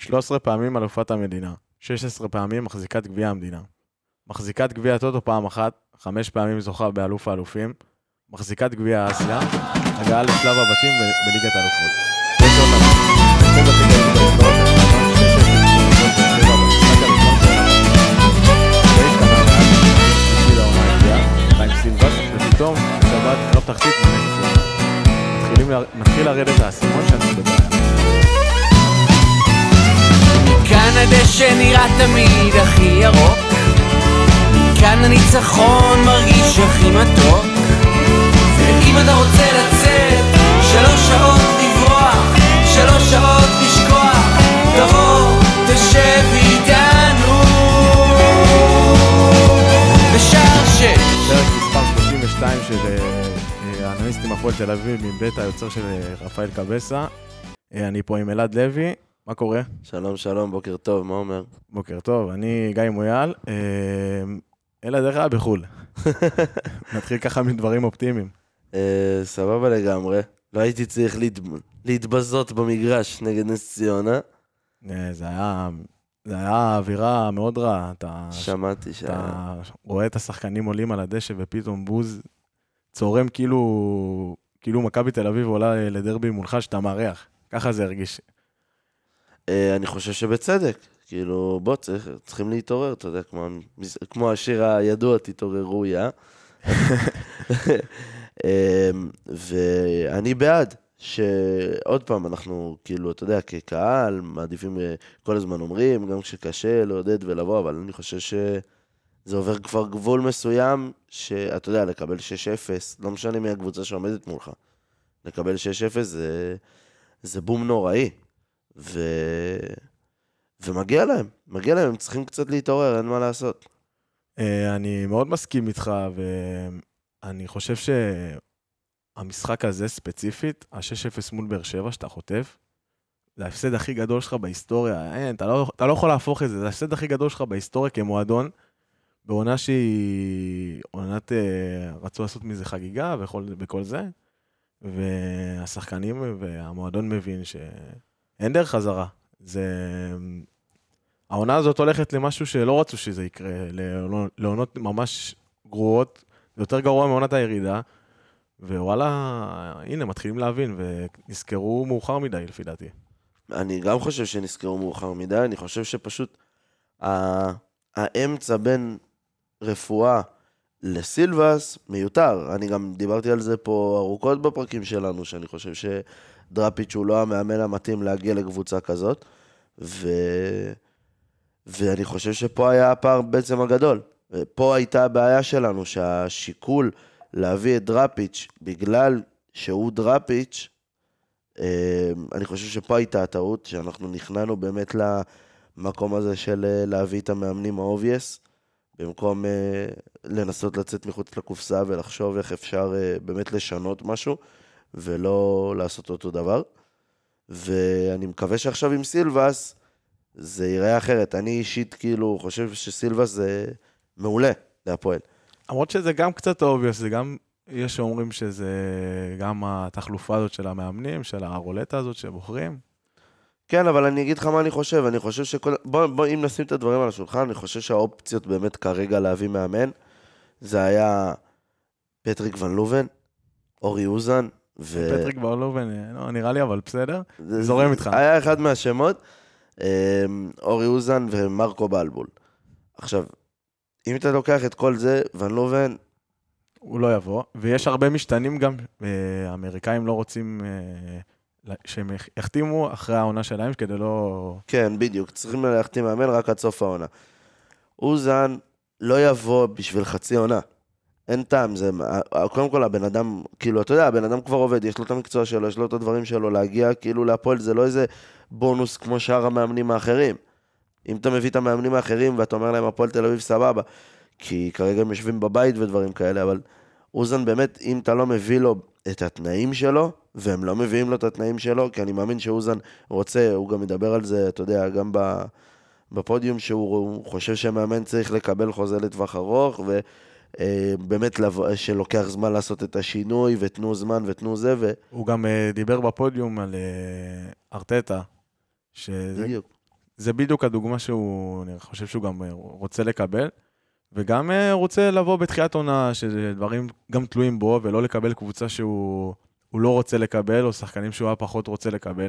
13 פעמים אלופת המדינה, 16 פעמים מחזיקת גביע המדינה, מחזיקת גביע הטוטו פעם אחת, 5 פעמים זוכה באלוף האלופים, מחזיקת גביע אסיה, הגעה לשלב הבתים בליגת האלופות. יש עוד הישג הכי גדול בהיסטוריה של המועדון, 6-0 ופתאום שבת קרב תחתית מתחיל לרדת האסימון שאנחנו בבעיה. כאן הדשא נראה תמיד הכי ירוק, כאן הניצחון מרגיש הכי מתוק, ואם אתה רוצה לצאת 3 שעות לברוח, 3 שעות לשכוח, תבוא תשב איתנו בשער 6. פרק מספר 32 של האנליסטים הפועל תל אביב מבית היוצר של רפאל קבסה. אני פה עם אלעד לוי, מה קורה? שלום, שלום, בוקר טוב, מה אומר? בוקר טוב, אני גיא מויאל. אלעד, איך היה בחול? נתחיל ככה מדברים אופטימיים. סבבה לגמרי, לא הייתי צריך להתבזות במגרש נגד נס ציונה. זה היה אווירה מאוד רעה. שמעתי אתה רואה את השחקנים עולים על הדשא ופתאום בוז צורם כאילו מכבי תל אביב עולה לדרבי מולך שאתה מארח. ככה זה הרגיש. אני חושב שבצדק, כאילו בוא, צריכים להתעורר, אתה יודע, כמו השיר הידוע, תתעוררו, יא. ואני בעד שעוד פעם אנחנו, כאילו, אתה יודע, כקהל, מעדיפים, כל הזמן אומרים, גם כשקשה לעודד ולבוא, אבל אני חושב שזה עובר כבר גבול מסוים, שאתה יודע, לקבל 6-0, לא משנה מי הקבוצה שעומדת מולך. לקבל 6-0 זה בום נוראי. ומגיע להם, הם צריכים קצת להתעורר, אין מה לעשות. אני מאוד מסכים איתך, ואני חושב שהמשחק הזה ספציפית, ה-6-0 מול באר שבע שאתה חוטף, זה ההפסד הכי גדול שלך בהיסטוריה. אתה לא יכול להפוך את זה, זה ההפסד הכי גדול שלך בהיסטוריה כמועדון, בעונה שהיא עונת, רצו לעשות מזה חגיגה וכל זה, והשחקנים והמועדון מבין שאין דרך חזרה. העונה הזאת הולכת למשהו שלא רצו שזה יקרה, לעונות ממש גרועות, זה יותר גרוע מעונת הירידה, ווואלה, הנה, מתחילים להבין, ונזכרו מאוחר מדי, לפי דעתי. אני גם חושב שנזכרו מאוחר מדי, אני חושב שפשוט האמצע בין רפואה לסילבס מיותר. אני גם דיברתי על זה פה ארוכות בפרקים שלנו, שאני חושב שדראפיץ' הוא לא המאמן המתאים להגיע לקבוצה כזאת, ואני חושב שפה היה הפער בעצם הגדול. פה הייתה הבעיה שלנו, שהשיקול להביא את דראפיץ' בגלל שהוא דראפיץ', אני חושב שפה הייתה הטעות, שאנחנו נכנענו באמת למקום הזה של להביא את המאמנים האובייס, במקום לנסות לצאת מחוץ לקופסה ולחשוב איך אפשר באמת לשנות משהו, ולא לעשות אותו דבר. ואני מקווה שעכשיו עם סילבס זה ייראה אחרת. אני אישית כאילו חושב שסילבס זה מעולה להפועל. למרות שזה גם קצת אובייס, זה גם, יש שאומרים שזה גם התחלופה הזאת של המאמנים, של הרולטה הזאת שבוחרים. כן, אבל אני אגיד לך מה אני חושב. אני חושב שכל... בוא, אם נשים את הדברים על השולחן, אני חושב שהאופציות באמת כרגע להביא מאמן, זה היה פטריק ון לובן, אורי אוזן, פטריק ון לובן, לא, נראה לי, אבל בסדר. זורם איתך. היה אחד מהשמות, אורי אוזן ומרקו בלבול. עכשיו, אם אתה לוקח את כל זה, ון לובן... הוא לא יבוא, ויש הרבה משתנים גם, האמריקאים לא רוצים שהם יחתימו אחרי העונה שלהם, כדי לא... כן, בדיוק, צריכים להחתים מאמן רק עד סוף העונה. אוזן לא יבוא בשביל חצי עונה. אין טעם, זה... קודם כל הבן אדם, כאילו, אתה יודע, הבן אדם כבר עובד, יש לו את המקצוע שלו, יש לו את הדברים שלו, להגיע כאילו להפועל, זה לא איזה בונוס כמו שאר המאמנים האחרים. אם אתה מביא את המאמנים האחרים ואתה אומר להם הפועל תל אביב סבבה, כי כרגע הם יושבים בבית ודברים כאלה, אבל אוזן באמת, אם אתה לא מביא לו את התנאים שלו, והם לא מביאים לו את התנאים שלו, כי אני מאמין שאוזן רוצה, הוא גם מדבר על זה, אתה יודע, גם בפודיום, שהוא חושב שמאמן צריך לקבל חוזה לטווח ארוך, ובאמת שלוקח זמן לעשות את השינוי, ותנו זמן ותנו זה. הוא גם דיבר בפודיום על ארטטה, בדיוק. זה בדיוק הדוגמה אני חושב שהוא גם רוצה לקבל, וגם רוצה לבוא בתחילת עונה, שדברים גם תלויים בו, ולא לקבל קבוצה שהוא לא רוצה לקבל, או שחקנים שהוא היה פחות רוצה לקבל,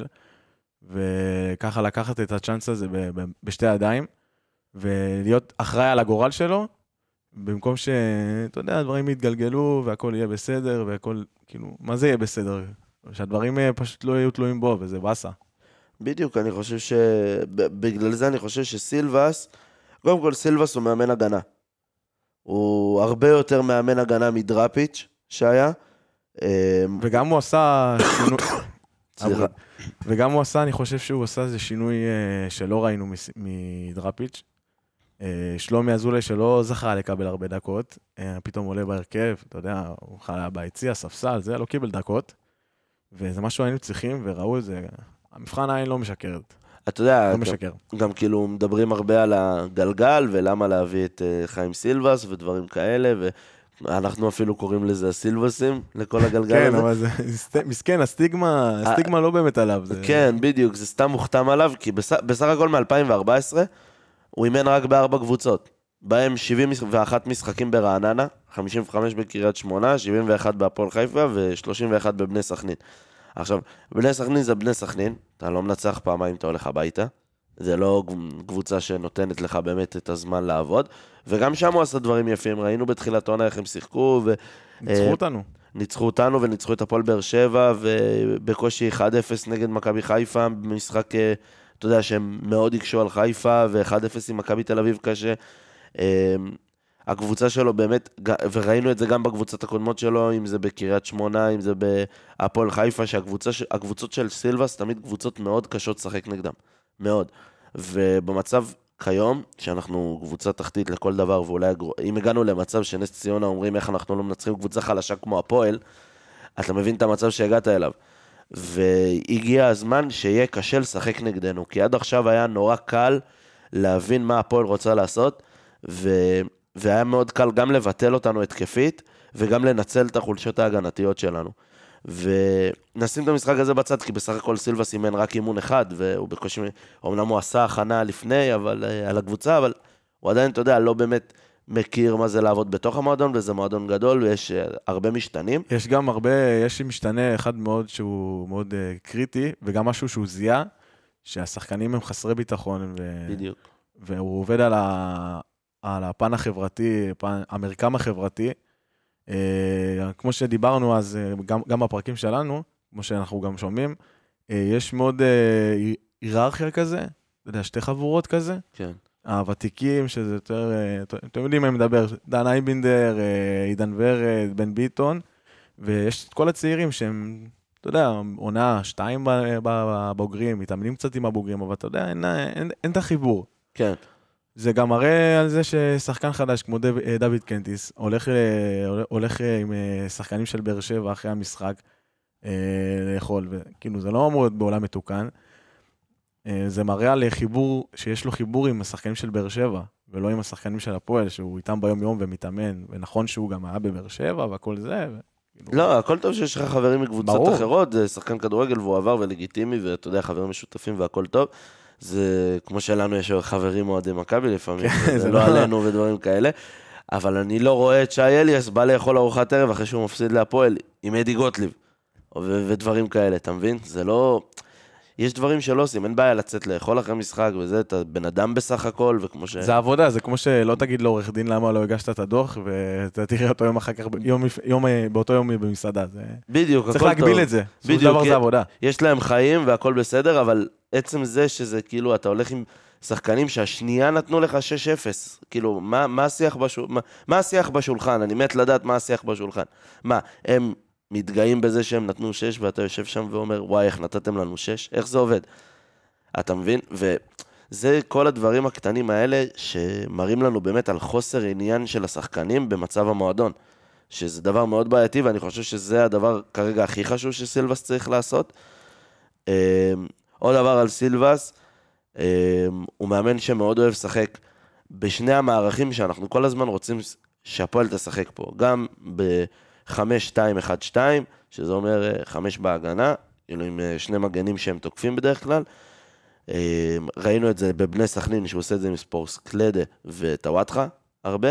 וככה לקחת את הצ'אנס הזה בשתי ידיים, ולהיות אחראי על הגורל שלו, במקום שאתה יודע, הדברים יתגלגלו, והכל יהיה בסדר, והכל, כאילו, מה זה יהיה בסדר? שהדברים פשוט לא יהיו תלויים בו, וזה בסה. בדיוק, אני חושב בגלל זה אני חושב שסילבס, קודם כל סילבס הוא מאמן הגנה. הוא הרבה יותר מאמן הגנה מדראפיץ' שהיה. וגם הוא עשה שינוי... סליחה. וגם הוא עשה, אני חושב שהוא עשה איזה שינוי שלא ראינו מדראפיץ'. שלומי אזולאי שלא זכה לקבל הרבה דקות, פתאום עולה בהרכב, אתה יודע, הוא חלה ביציע, ספסל, זה לא קיבל דקות, וזה משהו היינו צריכים, וראו את זה, המבחן העין לא משקרת. אתה יודע, לא משקר. גם כאילו מדברים הרבה על הגלגל, ולמה להביא את חיים סילבס ודברים כאלה, ואנחנו אפילו קוראים לזה הסילבסים, לכל הגלגל הזה. כן, אבל זה מסכן, הסטיגמה לא באמת עליו. כן, בדיוק, זה סתם מוכתם עליו, כי בסך הכל מ-2014, הוא אימן רק ב4 קבוצות, בהם 71 משחקים ברעננה, 55 בקריית שמונה, 71 בהפועל חיפה ו31 בבני סכנין. עכשיו, בני סכנין זה בני סכנין, אתה לא מנצח פעמיים, אתה הולך הביתה, זה לא קבוצה שנותנת לך באמת את הזמן לעבוד, וגם שם הוא עשה דברים יפים, ראינו בתחילת עונה איך הם שיחקו, ניצחו אותנו. ניצחו אותנו וניצחו את הפועל באר שבע, ובקושי 1-0 נגד מכבי חיפה, במשחק, אתה יודע, שהם מאוד יקשו על חיפה, ו1-0 עם מכבי תל אביב קשה. הקבוצה שלו באמת, וראינו את זה גם בקבוצות הקודמות שלו, אם זה בקריית שמונה, אם זה בהפועל חיפה, שהקבוצות של סילבס תמיד קבוצות מאוד קשות לשחק נגדם, מאוד. ובמצב כיום, שאנחנו קבוצה תחתית לכל דבר, ואולי אם הגענו למצב שנס ציונה אומרים איך אנחנו לא מנצחים קבוצה חלשה כמו הפועל, אתה מבין את המצב שהגעת אליו. והגיע הזמן שיהיה קשה לשחק נגדנו, כי עד עכשיו היה נורא קל להבין מה הפועל רוצה לעשות, והיה מאוד קל גם לבטל אותנו התקפית, וגם לנצל את החולשות ההגנתיות שלנו. ונשים את המשחק הזה בצד, כי בסך הכל סילבס אימן רק אימון אחד, והוא בקושי, אומנם הוא עשה הכנה לפני, על הקבוצה, אבל הוא עדיין, אתה יודע, לא באמת מכיר מה זה לעבוד בתוך המועדון, וזה מועדון גדול, ויש הרבה משתנים. יש גם הרבה, יש משתנה אחד מאוד שהוא מאוד קריטי, וגם משהו שהוא זיהה, שהשחקנים הם חסרי ביטחון, בדיוק. והוא עובד על הפן החברתי, המרקם החברתי, כמו שדיברנו אז, גם בפרקים שלנו, כמו שאנחנו גם שומעים, יש מאוד היררכיה כזה, אתה יודע, שתי חבורות כזה, כן. הוותיקים, שזה יותר, אתם יודעים מה מדבר, דן אייבינדר, עידן ורד, בן ביטון, ויש את כל הצעירים שהם, אתה יודע, עונה 2 בבוגרים, מתאמנים קצת עם הבוגרים, אבל אתה יודע, אין את החיבור. כן. זה גם מראה על זה ששחקן חדש, כמו דוד קנטיס, הולך עם שחקנים של באר שבע אחרי המשחק לאכול, וכאילו זה לא אמור להיות בעולם מתוקן, זה מראה על חיבור, שיש לו חיבור עם השחקנים של באר שבע, ולא עם השחקנים של הפועל, שהוא איתם ביום יום ומתאמן, ונכון שהוא גם היה בבאר שבע והכל זה. לא, הכל טוב שיש לך חברים מקבוצות אחרות, זה שחקן כדורגל והוא עבר ולגיטימי, ואתה יודע, חברים משותפים והכל טוב. זה כמו שלנו יש חברים אוהדי מכבי לפעמים, זה לא עלינו ודברים כאלה, אבל אני לא רואה את שי אליאס בא לאכול ארוחת ערב אחרי שהוא מפסיד להפועל עם אדי גוטליב, ודברים כאלה, אתה מבין? זה לא... יש דברים שלא עושים, אין בעיה לצאת לאכול אחרי משחק, וזה, אתה בן אדם בסך הכל, וכמו ש... זה עבודה, זה כמו שלא תגיד לעורך דין למה לא הגשת את הדוח, ואתה תראה אותו יום אחר כך, באותו יום במסעדה. בדיוק, צריך להגביל את זה. בדיוק, דבר זה עבודה. יש להם חיים והכל בסדר, אבל עצם זה שזה כאילו, אתה הולך עם שחקנים שהשנייה נתנו לך 6-0, כאילו, מה השיח בשולחן? אני מת לדעת מה השיח בשולחן. מה, הם... מתגאים בזה שהם נתנו 6, ואתה יושב שם ואומר, וואי, איך נתתם לנו 6? איך זה עובד? אתה מבין? וזה כל הדברים הקטנים האלה שמראים לנו באמת על חוסר עניין של השחקנים במצב המועדון, שזה דבר מאוד בעייתי, ואני חושב שזה הדבר כרגע הכי חשוב שסילבס צריך לעשות. עוד דבר על סילבס, הוא מאמן שמאוד אוהב לשחק בשני המערכים שאנחנו כל הזמן רוצים שהפועל תשחק פה, גם 5-2-1-2, שזה אומר 5 בהגנה, כאילו עם 2 מגנים שהם תוקפים בדרך כלל, ראינו את זה בבני סכנין, שהוא עושה את זה עם ספורס קלדה וטוואטחה, הרבה.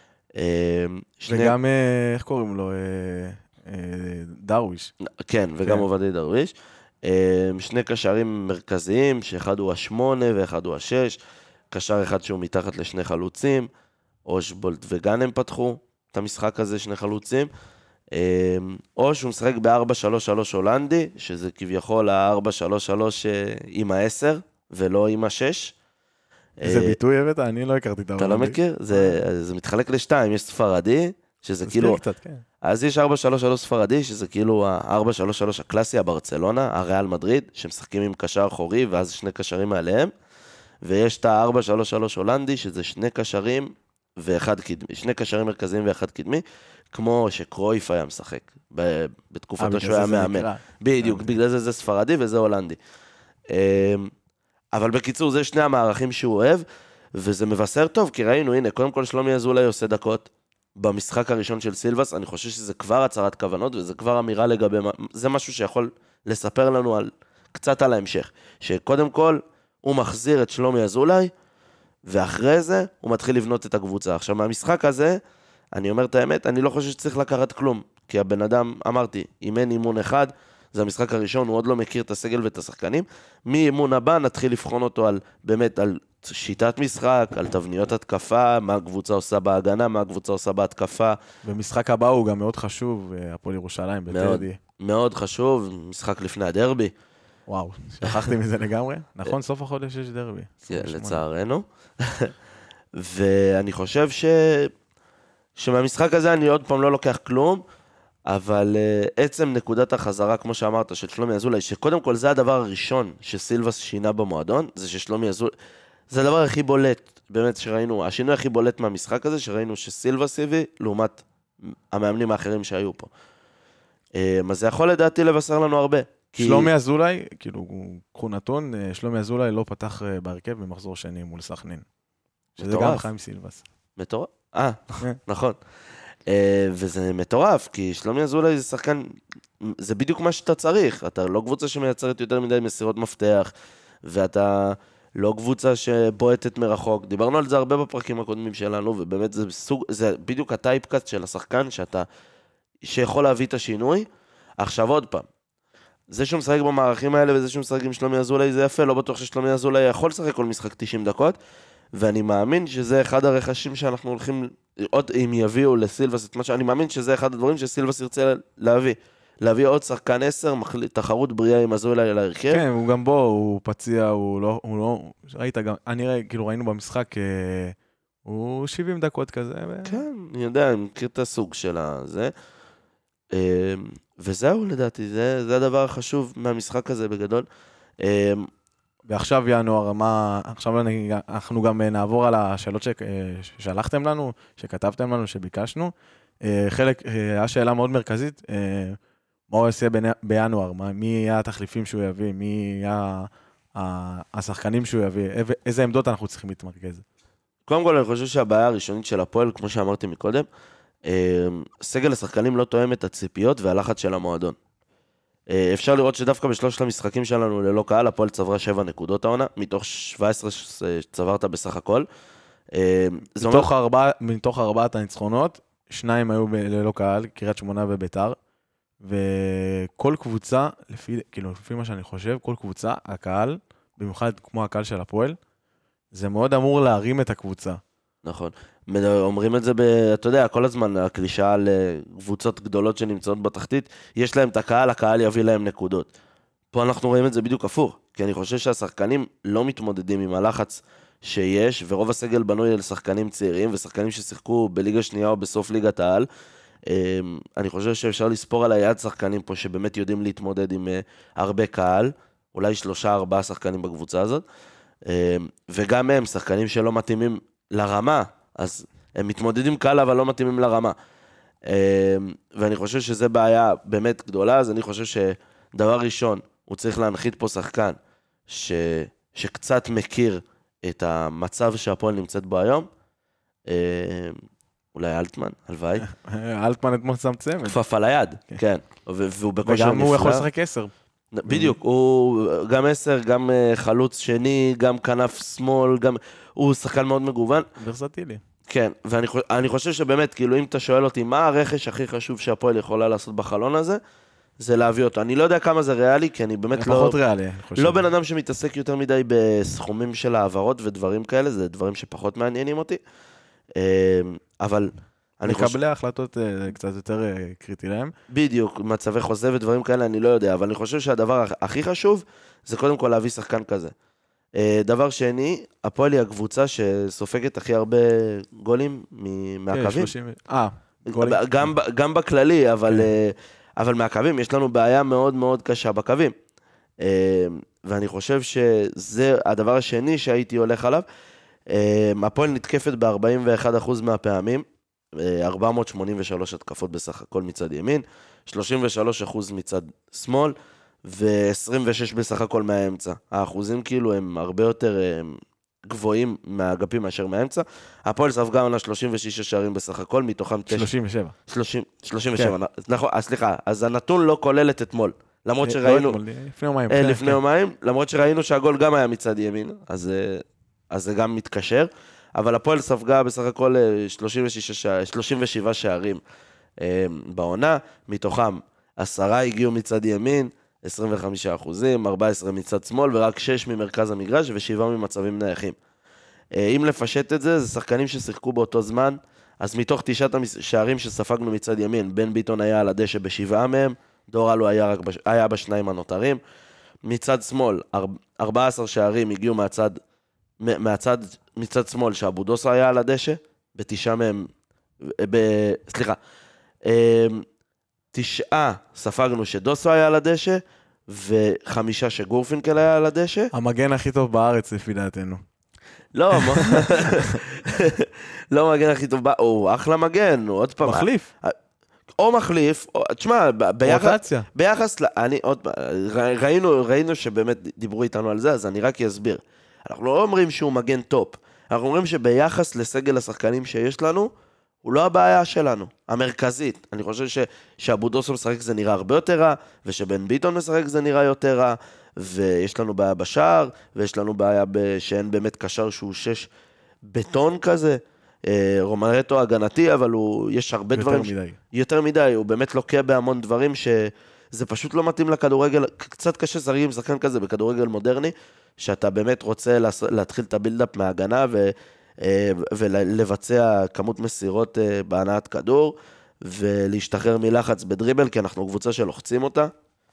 וגם, איך קוראים לו? דרוויש. כן, וגם עובדי דרוויש. שני קשרים מרכזיים, שאחד הוא ה8 ואחד הוא ה6, קשר אחד שהוא מתחת לשני חלוצים, אושבולט וגאנם פתחו את המשחק הזה, שני חלוצים, או שהוא משחק ב-4-3-3 הולנדי, שזה כביכול ה-4-3-3 עם ה-10 ולא עם ה-6. איזה ביטוי הבאת? אני לא הכרתי את ההולנדי. אתה לא מכיר? זה מתחלק לשתיים, יש ספרדי, שזה כאילו... קצת, כן. אז יש 4-3-3 ספרדי, שזה כאילו ה-4-3-3 הקלאסי, הברצלונה, הריאל מדריד, שמשחקים עם קשר אחורי, ואז שני קשרים מעליהם, ויש את ה-4-3-3 הולנדי, שזה שני קשרים ואחד קדמי, שני קשרים מרכזיים ואחד קדמי, כמו שקרויף היה משחק, בתקופתו שהוא היה מאמן. בדיוק, בגלל זה זה ספרדי וזה הולנדי. אבל בקיצור, זה שני המערכים שהוא אוהב, וזה מבשר טוב, כי ראינו, הנה, קודם כל שלומי אזולאי עושה דקות, במשחק הראשון של סילבס, אני חושב שזה כבר הצהרת כוונות, וזה כבר אמירה לגבי, זה משהו שיכול לספר לנו קצת על ההמשך, שקודם כל, הוא מחזיר את שלומי אזולאי, ואחרי זה, הוא מתחיל לבנות את הקבוצה. עכשיו, מהמשחק הזה, אני אומר את האמת, אני לא חושב שצריך לקחת כלום, כי הבן אדם, אמרתי, אם אין אימון אחד, זה המשחק הראשון, הוא עוד לא מכיר את הסגל ואת השחקנים, מאימון הבא נתחיל לבחון אותו באמת על שיטת משחק, על תבניות התקפה, מה הקבוצה עושה בהגנה, מה הקבוצה עושה בהתקפה. במשחק הבא הוא גם מאוד חשוב, הפועל ירושלים בטדי. מאוד חשוב, משחק לפני הדרבי. וואו, שכחתי מזה לגמרי. נכון, סוף החודש יש דרבי. לצערנו. ואני חושב שמהמשחק הזה אני עוד פעם לא לוקח כלום, אבל עצם נקודת החזרה, כמו שאמרת, של שלומי אזולאי, שקודם כל זה הדבר הראשון שסילבס שינה במועדון, זה ששלומי אזולאי, זה הדבר הכי בולט, באמת שראינו, השינוי הכי בולט מהמשחק הזה, שראינו שסילבס הביא, לעומת המאמנים האחרים שהיו פה. אז זה יכול לדעתי לבשר לנו הרבה. שלומי אזולאי, כאילו, קחו נתון, שלומי אזולאי לא פתח בהרכב במחזור שני מול סכנין. שזה גם חיים סילבס. מטורף. נכון. וזה מטורף, כי שלומי אזולאי זה שחקן, זה בדיוק מה שאתה צריך. אתה לא קבוצה שמייצרת יותר מדי מסירות מפתח, ואתה לא קבוצה שבועטת מרחוק. דיברנו על זה הרבה בפרקים הקודמים שלנו, ובאמת זה בדיוק הטייפקאסט של השחקן שיכול להביא את השינוי. עכשיו עוד פעם, זה שהוא משחק במערכים האלה, וזה שהוא משחק עם שלומי אזולאי זה יפה, לא בטוח ששלומי אזולאי יכול לשחק כל משחק 90 דקות, ואני מאמין שזה אחד הרכשים שאנחנו הולכים, עוד אם יביאו לסילבס את מה שאני מאמין שזה אחד הדברים שסילבס ירצה להביא עוד שחקן 10, תחרות בריאה עם אזולאי על ההרכב. כן, הוא גם בו, הוא פציע, הוא לא, ראית גם, כאילו ראינו במשחק, הוא 70 דקות כזה. כן, אני יודע, אני מכיר את הסוג של זה. וזהו לדעתי, זה הדבר החשוב מהמשחק הזה בגדול. ועכשיו ינואר, עכשיו אנחנו גם נעבור על השאלות ששלחתם לנו, שכתבתם לנו, שביקשנו. חלק, היה שאלה מאוד מרכזית, מה הוא יעשה בינואר, מי יהיה התחליפים שהוא יביא, מי יהיה השחקנים שהוא יביא, איזה עמדות אנחנו צריכים להתמרכז. קודם כל אני חושב שהבעיה הראשונית של הפועל, כמו שאמרתי מקודם, סגל השחקנים לא תואם את הציפיות והלחץ של המועדון. אפשר לראות שדווקא בשלושת המשחקים שלנו ללא קהל, הפועל צברה 7 נקודות העונה, מתוך 17 צברת בסך הכל. מתוך 4 הניצחונות, 2 היו ללא קהל, קריית שמונה וביתר, וכל קבוצה, לפי מה שאני חושב, כל קבוצה, הקהל, במיוחד כמו הקהל של הפועל, זה מאוד אמור להרים את הקבוצה. נכון. אומרים את זה, אתה יודע, כל הזמן, הקלישה על קבוצות גדולות שנמצאות בתחתית, יש להם את הקהל, הקהל יביא להם נקודות. פה אנחנו רואים את זה בדיוק הפוך, כי אני חושב שהשחקנים לא מתמודדים עם הלחץ שיש, ורוב הסגל בנוי על שחקנים צעירים, ושחקנים ששיחקו בליגה שנייה או בסוף ליגת העל. אני חושב שאפשר לספור על היד שחקנים פה, שבאמת יודעים להתמודד עם הרבה קהל, אולי 3-4 שחקנים בקבוצה הזאת, וגם הם שחקנים שלא מתאימים לרמה, אז הם מתמודדים קל, אבל לא מתאימים לרמה. ואני חושב שזה בעיה באמת גדולה, אז אני חושב שדבר ראשון, הוא צריך להנחית פה שחקן, שקצת מכיר את המצב שהפועל נמצאת בו היום, אולי אלטמן, הלוואי. אלטמן אתמול שם צמד. כפף על היד, כן. והוא בכושר נפלא. וגם הוא יכול לשחק 10. בדיוק, הוא גם 10, גם חלוץ שני, גם כנף שמאל, הוא שחקן מאוד מגוון. ורסטילי. כן, ואני חושב שבאמת, כאילו, אם אתה שואל אותי, מה הרכש הכי חשוב שהפועל יכולה לעשות בחלון הזה, זה להביא אותו. אני לא יודע כמה זה ריאלי, כי אני באמת לא... פחות ריאלי, אני חושב. לא בן אדם שמתעסק יותר מדי בסכומים של העברות ודברים כאלה, זה דברים שפחות מעניינים אותי. אבל... מקבלי ההחלטות קצת יותר קריטי להם. בדיוק, מצבי חוזה ודברים כאלה, אני לא יודע, אבל אני חושב שהדבר הכי חשוב, זה קודם כל להביא שחקן כזה. דבר שני, הפועל היא הקבוצה שסופגת הכי הרבה גולים מהקווים. גם בכללי, אבל מהקווים, יש לנו בעיה מאוד מאוד קשה בקווים. ואני חושב שזה הדבר השני שהייתי הולך עליו. הפועל נתקפת ב-41% מהפעמים, 483 התקפות בסך הכל מצד ימין, 33% מצד שמאל, ו-26 בסך הכל מהאמצע. האחוזים כאילו הם הרבה יותר גבוהים מהאגפים מאשר מהאמצע. הפועל ספגה עונה 36 שערים בסך הכל, מתוכם 37. 37, נכון, סליחה, אז הנתון לא כולל את אתמול. למרות שראינו... לפני יומיים, למרות שראינו שהגול גם היה מצד ימין, אז זה גם מתקשר. אבל הפועל ספגה בסך הכל 37 שערים בעונה, מתוכם 10 הגיעו מצד ימין, 25%, 14 מצד שמאל, ורק 6 ממרכז המגרש ו7 ממצבים נייחים. אם לפשט את זה, זה שחקנים ששיחקו באותו זמן, אז מתוך 9 שערים שספגנו מצד ימין, בן ביטון היה על הדשא ב7 מהם, דור אלו היה בשניים הנותרים, מצד שמאל, 14 שערים הגיעו מצד שמאל, שאבודוסו היה על הדשא, ב9 מהם, סליחה, 9 ספגנו שדוסו היה על הדשא, ו5 שגורפינקל היה על הדשא. המגן הכי טוב בארץ, לפי דעתנו. לא, לא המגן הכי טוב, הוא אחלה מגן, הוא עוד פעם. מחליף. או מחליף, תשמע, ביחס, ראינו שבאמת דיברו איתנו על זה, אז אני רק אסביר. אנחנו לא אומרים שהוא מגן טופ, אנחנו אומרים שביחס לסגל השחקנים שיש לנו, הוא לא הבעיה שלנו, המרכזית. אני חושב שאבודוסו משחק זה נראה הרבה יותר רע, ושבן ביטון משחק זה נראה יותר רע, ויש לנו בעיה בשער, ויש לנו בעיה שאין באמת קשר שהוא 6 בטון כזה, רומרטו הגנתי, אבל יש הרבה דברים... יותר מדי, הוא באמת לוקע בהמון דברים שזה פשוט לא מתאים לכדורגל, קצת קשה שרים שחקן כזה בכדורגל מודרני, שאתה באמת רוצה להתחיל את הבילדאפ מההגנה ולבצע כמות מסירות בהנעת כדור, ולהשתחרר מלחץ בדריבל, כי אנחנו קבוצה שלוחצים אותה.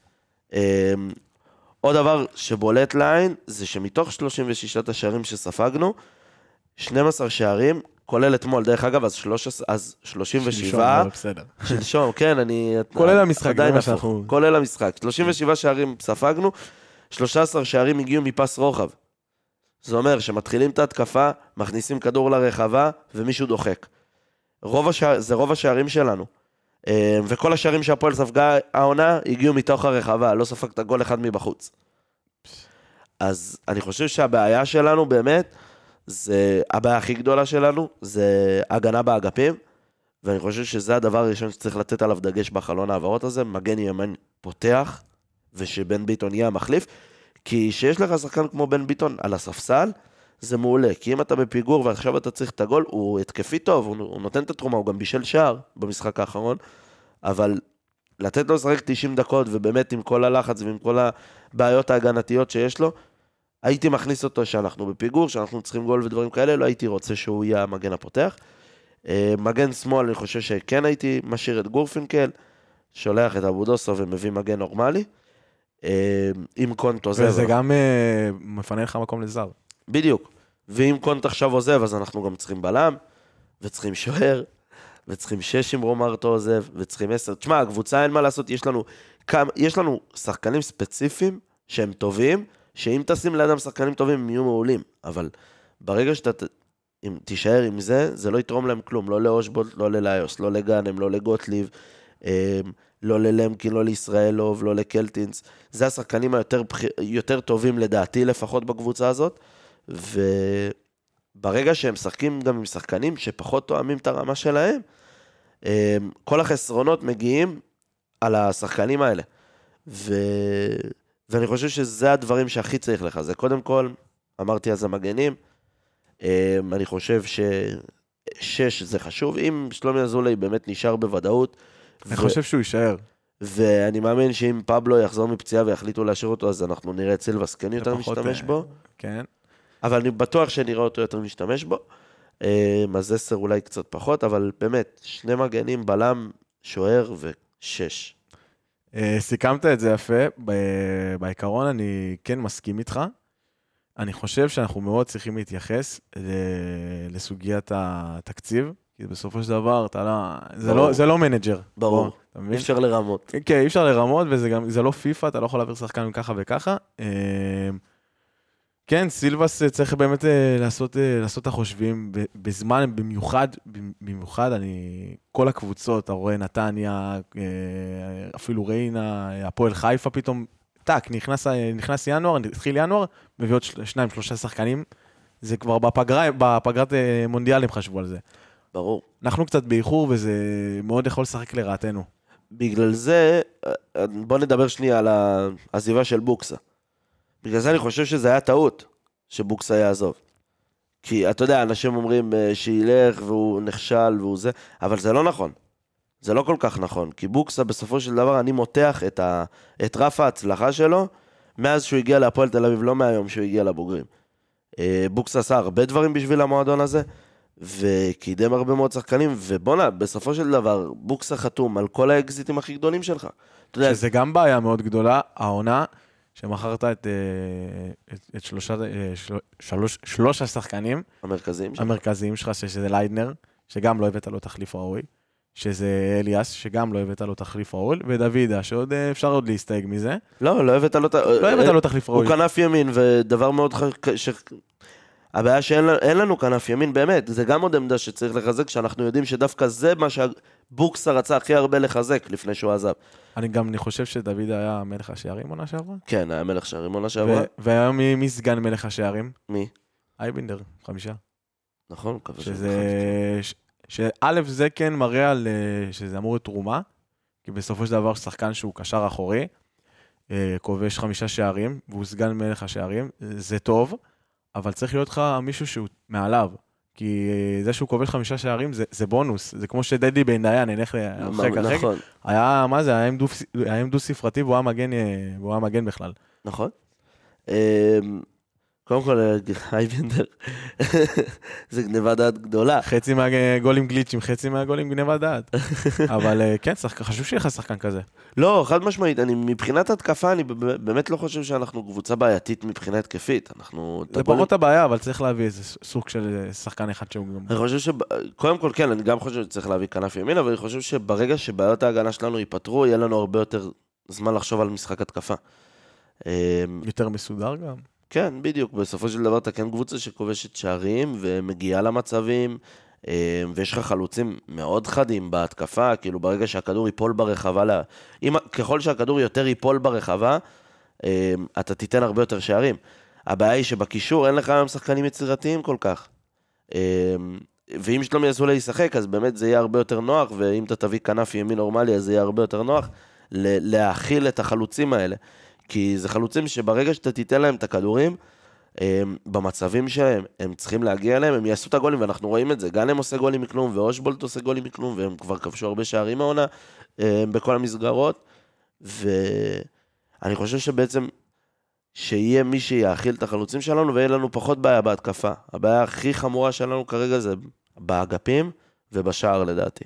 עוד דבר שבולט לעין, זה שמתוך 36 השערים שספגנו, 12 שערים, כולל אתמול, דרך אגב, אז 37, שלשום, כן, כולל המשחק, כולל המשחק, 37 שערים ספגנו, 13 שערים הגיעו מפס רוחב. זה אומר שמתחילים את ההתקפה, מכניסים כדור לרחבה, ומישהו דוחק. זה רוב השערים שלנו. וכל השערים שהפועל ספגה העונה, הגיעו מתוך הרחבה, לא ספגת גול אחד מבחוץ. אז אני חושב שהבעיה שלנו באמת, הבעיה הכי גדולה שלנו, זה הגנה באגפים, ואני חושב שזה הדבר הראשון שצריך לתת עליו דגש בחלון העברות הזה, מגן ימין פותח, ושבן ביטון יהיה המחליף, כי שיש לך שחקן כמו בן ביטון על הספסל, זה מעולה, כי אם אתה בפיגור ועכשיו אתה צריך את הגול, הוא התקפי טוב, הוא נותן את התרומה, הוא גם בישל שער במשחק האחרון, אבל לתת לו לשחק 90 דקות, ובאמת עם כל הלחץ ועם כל הבעיות ההגנתיות שיש לו, הייתי מכניס אותו שאנחנו בפיגור, שאנחנו צריכים גול ודברים כאלה, לא הייתי רוצה שהוא יהיה המגן הפותח. מגן שמאל, אני חושב שכן הייתי משאיר את גורפינקל, שולח את אבודוסו ומביא מגן נורמלי. אם קונט עוזב... וזה גם מפנה לך מקום לזר. בדיוק. ואם קונט עכשיו עוזב, אז אנחנו גם צריכים בלם, וצריכים שוער, וצריכים 6 אם רומרטו עוזב, וצריכים 10. תשמע, הקבוצה אין מה לעשות, יש לנו שחקנים ספציפיים שהם טובים, שאם תשים לידם שחקנים טובים הם יהיו מעולים, אבל ברגע שאתה תישאר עם זה, זה לא יתרום להם כלום, לא לאושבולט, לא לליוס, לא לגנם, לא לגוטליב, לא ללמקין, לא לישראלוב, לא לקלטינס, זה השחקנים יותר טובים לדעתי לפחות בקבוצה הזאת, וברגע שהם משחקים גם עם שחקנים שפחות תואמים את הרמה שלהם, כל החסרונות מגיעים על השחקנים האלה, ואני חושב שזה הדברים שהכי צריך לחזק. קודם כל, אמרתי אז המגנים, אני חושב ש6 זה חשוב. אם שלומי אזולאי באמת נשאר בוודאות, אני חושב שהוא יישאר. ואני מאמין שאם פבלו יחזור מפציעה ויחליטו להשאיר אותו, אז אנחנו נראה את סילבס כן יותר משתמש בו. כן. אבל אני בטוח שנראה אותו יותר משתמש בו. אז 10 אולי קצת פחות, אבל באמת, 2 מגנים, בלם, שוער ו6. סיכמת את זה יפה. בעיקרון אני כן מסכים איתך. אני חושב שאנחנו מאוד צריכים להתייחס לסוגיית התקציב, כי בסופו של דבר, זה לא מנג'ר. ברור, אי אפשר לרמות. כן, אי אפשר לרמות, וזה לא פיפה, אתה לא יכול להעביר שחקנים ככה וככה. כן, סילבס צריך באמת לעשות את החושבים בזמן, במיוחד, כל הקבוצות, אתה רואה נתניה, אפילו ריינה, הפועל חיפה פתאום, טק, נכנס ינואר, התחיל ינואר, מביא עוד 2-3 שחקנים, זה כבר בפגרת מונדיאל הם חשבו על זה. ברור. אנחנו קצת באיחור, וזה מאוד יכול לשחק לרעתנו. בגלל זה, בוא נדבר שנייה על העזיבה של בוקסה. בגלל זה אני חושב שזה היה טעות, שבוקסה יעזוב. כי אתה יודע, אנשים אומרים שילך והוא נכשל והוא זה, אבל זה לא נכון. זה לא כל כך נכון, כי בוקסה בסופו של דבר אני מותח את רף ההצלחה שלו, מאז שהוא הגיע להפועל תל אביב, לא מהיום שהוא הגיע לבוגרים. בוקסה עשה הרבה דברים בשביל המועדון הזה, וקידם הרבה מאוד שחקנים, ובונה, בסופו של דבר, בוקסה חתום על כל האקזיטים הכי גדולים שלך. שזה גם בעיה מאוד גדולה, העונה, שמכרת את שלוש השחקנים, המרכזיים שלך, שזה ליידנר, שגם לא הבאת לו תחליף ראוי, שזה אליאס, שגם לא הבאת לו תחליף ראוי, ודוידה, שעוד אפשר עוד להסתייג מזה. לא הבאת לו תחליף ראוי. הוא כנף ימין, ודבר מאוד הבעיה שאין לנו כנף ימין, באמת, זה גם עוד עמדה שצריך לחזק, שאנחנו יודעים שדווקא זה מה שבוקסה רצה הכי הרבה לחזק לפני שהוא עזב. אני חושב שדוד היה מלך השערים עונה שעברה? כן, היה מלך שערים עונה שעברה. והיום מי סגן מלך השערים? מי? אייבינדר, 5. נכון, מקווה שא' זה כן מראה על שזה אמור להיות תרומה, כי בסופו של דבר שחקן שהוא קשר אחורי, כובש 5 שערים, והוא סגן מלך השערים, זה טוב, אבל צריך להיות לך מישהו שהוא מעליו, כי זה שהוא כובש 5 שערים זה בונוס, זה כמו שדדי בן דיין, נלך הרחק הרחק, היה, מה זה, היה עם דו ספרתי, והוא היה מגן בכלל. נכון. קודם כל, אייבינדר, זה גניבה דעת גדולה. חצי מהגולים גליצ'ים, חצי מהגולים גניבה דעת. אבל כן, חשוב שיהיה לך שחקן כזה. לא, חד משמעית, מבחינת התקפה, אני באמת לא חושב שאנחנו קבוצה בעייתית מבחינה התקפית. זה פחות הבעיה, אבל צריך להביא איזה סוג של שחקן אחד שהוא גם... אני חושב קודם כל, כן, אני גם חושב שצריך להביא כנף ימין, אבל אני חושב שברגע שבעיות ההגנה שלנו ייפתרו, יהיה לנו הרבה יותר זמן לחשוב על משחק התקפה. יותר מסודר גם. כן, בדיוק. בסופו של דבר אתה כן קבוצה שכובשת שערים ומגיעה למצבים, ויש לך חלוצים מאוד חדים בהתקפה, כאילו ברגע שהכדור ייפול ברחבה, ככל שהכדור יותר ייפול ברחבה, אתה תיתן הרבה יותר שערים. הבעיה היא שבקישור אין לך היום שחקנים יצירתיים כל כך. ואם שלומי אזולאי ישחק, אז באמת זה יהיה הרבה יותר נוח, ואם אתה תביא כנף ימין נורמלי, אז זה יהיה הרבה יותר נוח להכיל את החלוצים האלה. כי זה חלוצים שברגע שאתה תיתן להם את הכדורים, במצבים שלהם, הם צריכים להגיע אליהם, הם יעשו את הגולים, ואנחנו רואים את זה. גאנם עושה גולים מכלום, ואושבולט עושה גולים מכלום, והם כבר כבשו הרבה שערים מהעונה, בכל המסגרות, ואני חושב שבעצם, שיהיה מי שיאכיל את החלוצים שלנו, ויהיה לנו פחות בעיה בהתקפה. הבעיה הכי חמורה שלנו כרגע זה באגפים, ובשער לדעתי.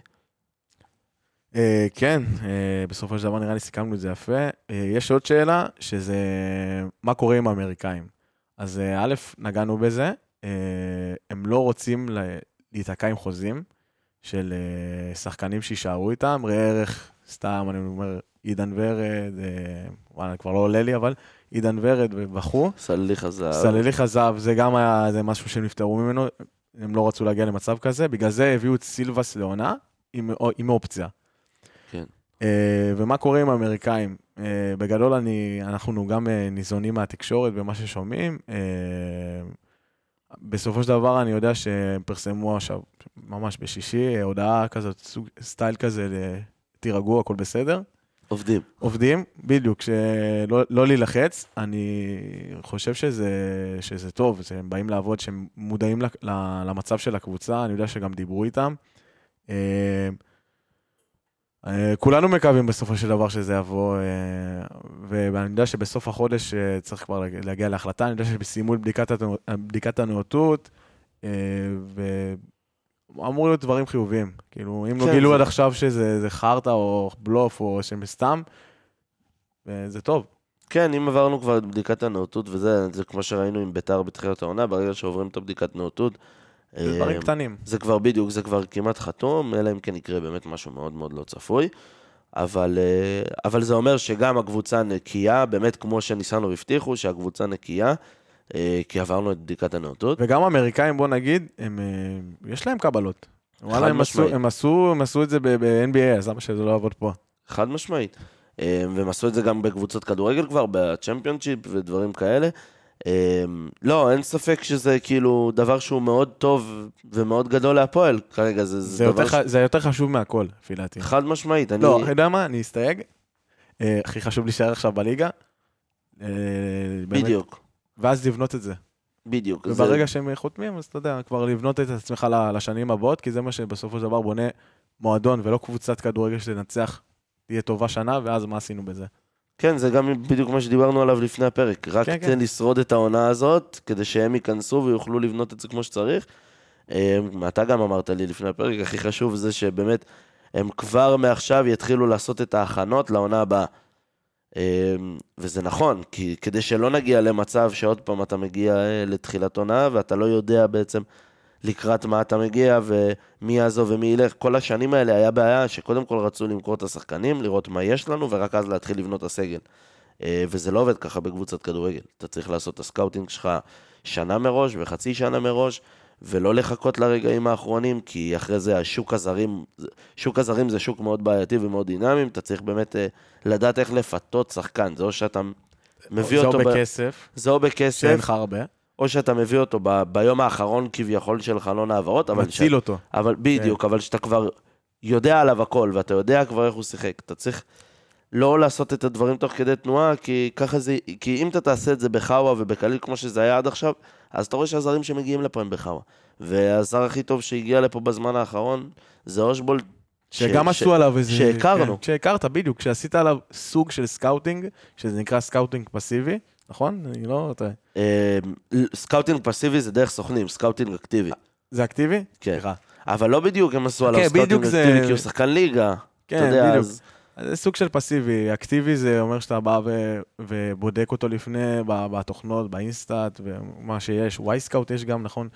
כן, בסופו של דבר נראה לי סיכמנו את זה יפה. יש עוד שאלה, שזה מה קורה עם האמריקאים. אז א', נגענו בזה, הם לא רוצים להתעקע עם חוזים של שחקנים שישארו איתם, ראה ערך, סתם, אני אומר, עידן ורד, וואלה, כבר לא עולה לי, אבל עידן ורד ובחו. סלליך הזהב, זה גם היה זה משהו שהם נפטרו ממנו, הם לא רצו להגיע למצב כזה, בגלל זה הביאו את סילבס לעונה עם אופציה. כן. ומה קורה עם האמריקאים? בגדול אנחנו גם ניזונים מהתקשורת במה ששומעים. בסופו של דבר אני יודע שפרסמו עכשיו, ממש בשישי, הודעה כזאת, סטייל כזה, תירגעו, הכל בסדר. עובדים, בדיוק, שלא להילחץ. אני חושב שזה טוב, שהם באים לעבוד, שהם מודעים למצב של הקבוצה, אני יודע שגם דיברו איתם. כולנו מקווים בסופו של דבר שזה יבוא, ואני יודע שבסוף החודש צריך כבר להגיע להחלטה, אני יודע שבסיימו את בדיקת הנאותות, ואמור להיות דברים חיוביים. כאילו, אם לא גילו עד עכשיו שזה חרטה או בלוף או שמסתם, זה טוב. כן, אם עברנו כבר את בדיקת הנאותות, וזה כמו שראינו עם ביתר בתחילת העונה, ברגע שעוברים את הבדיקת נאותות, זה דברים קטנים. זה כבר בדיוק, זה כבר כמעט חתום, אלא אם כן יקרה באמת משהו מאוד מאוד לא צפוי, אבל זה אומר שגם הקבוצה נקייה, באמת כמו שניסנו והבטיחו, שהקבוצה נקייה, כי עברנו את בדיקת הנאותות. וגם האמריקאים, בוא נגיד, יש להם קבלות. וואלה, הם עשו את זה ב-NBA, אז למה שזה לא יעבוד פה? חד משמעית. והם עשו את זה גם בקבוצות כדורגל כבר, בצ'מפיונשיפ ודברים כאלה. לא, אין ספק שזה כאילו דבר שהוא מאוד טוב ומאוד גדול להפועל. כרגע זה יותר חשוב מהכל, לפי דעתי. חד משמעית. לא, אתה יודע מה? אני אסתייג. הכי חשוב להישאר עכשיו בליגה. בדיוק. ואז לבנות את זה. בדיוק. וברגע שהם חותמים, אז אתה יודע, כבר לבנות את עצמך לשנים הבאות, כי זה מה שבסופו של דבר בונה מועדון, ולא קבוצת כדורגל שתנצח, תהיה טובה שנה, ואז מה עשינו בזה? כן, זה גם בדיוק מה שדיברנו עליו לפני הפרק. רק תן לשרוד את העונה הזאת, כדי שהם ייכנסו ויוכלו לבנות את זה כמו שצריך. אתה גם אמרת לי לפני הפרק, הכי חשוב זה שבאמת הם כבר מעכשיו יתחילו לעשות את ההכנות לעונה הבאה. וזה נכון, כי כדי שלא נגיע למצב שעוד פעם אתה מגיע לתחילת עונה, ואתה לא יודע בעצם לקראת מה אתה מגיע ומי יעזוב ומי ילך. כל השנים האלה היה בעיה שקודם כל רצו למכור את השחקנים, לראות מה יש לנו, ורק אז להתחיל לבנות הסגל. וזה לא עובד ככה בקבוצת כדורגל. אתה צריך לעשות את הסקאוטינג שלך שנה מראש וחצי שנה מראש, ולא לחכות לרגעים האחרונים, כי אחרי זה שוק הזרים זה שוק מאוד בעייתי ומאוד דינמי, אתה צריך באמת לדעת איך לפתות שחקן, זה או שאתה מביא אותו... זה או בכסף. שאין לך הרבה. או שאתה מביא אותו ביום האחרון כביכול של חלון העברות, מציל אותו. אבל בדיוק, אבל שאתה כבר יודע עליו הכל, ואתה יודע כבר איך הוא שיחק, אתה צריך לא לעשות את הדברים תוך כדי תנועה, כי ככה זה, כי אם אתה תעשה את זה בחאווה ובקליל כמו שזה היה עד עכשיו, אז אתה רואה שהזרים שמגיעים לפה הם בחאווה. והזר הכי טוב שהגיע לפה בזמן האחרון, זה אושבולט, שגם עשו עליו איזה... שהכרנו. שהכרת, בדיוק, שעשית עליו סוג של סקאוטינג, שזה נקרא סקאוטינג פסיבי, נכון? אני לא... סקאוטינג פסיבי זה דרך סוכנים, סקאוטינג אקטיבי. זה אקטיבי? כן. אבל לא בדיוק הם עשו עליו סקאוטינג אקטיבי, כי הוא שחקן ליגה. כן, בדיוק. זה סוג של פסיבי. אקטיבי זה אומר שאתה בא ובודק אותו לפני, בתוכנות, באינסטאט, ומה שיש. וואי-סקאוט יש גם, נכון?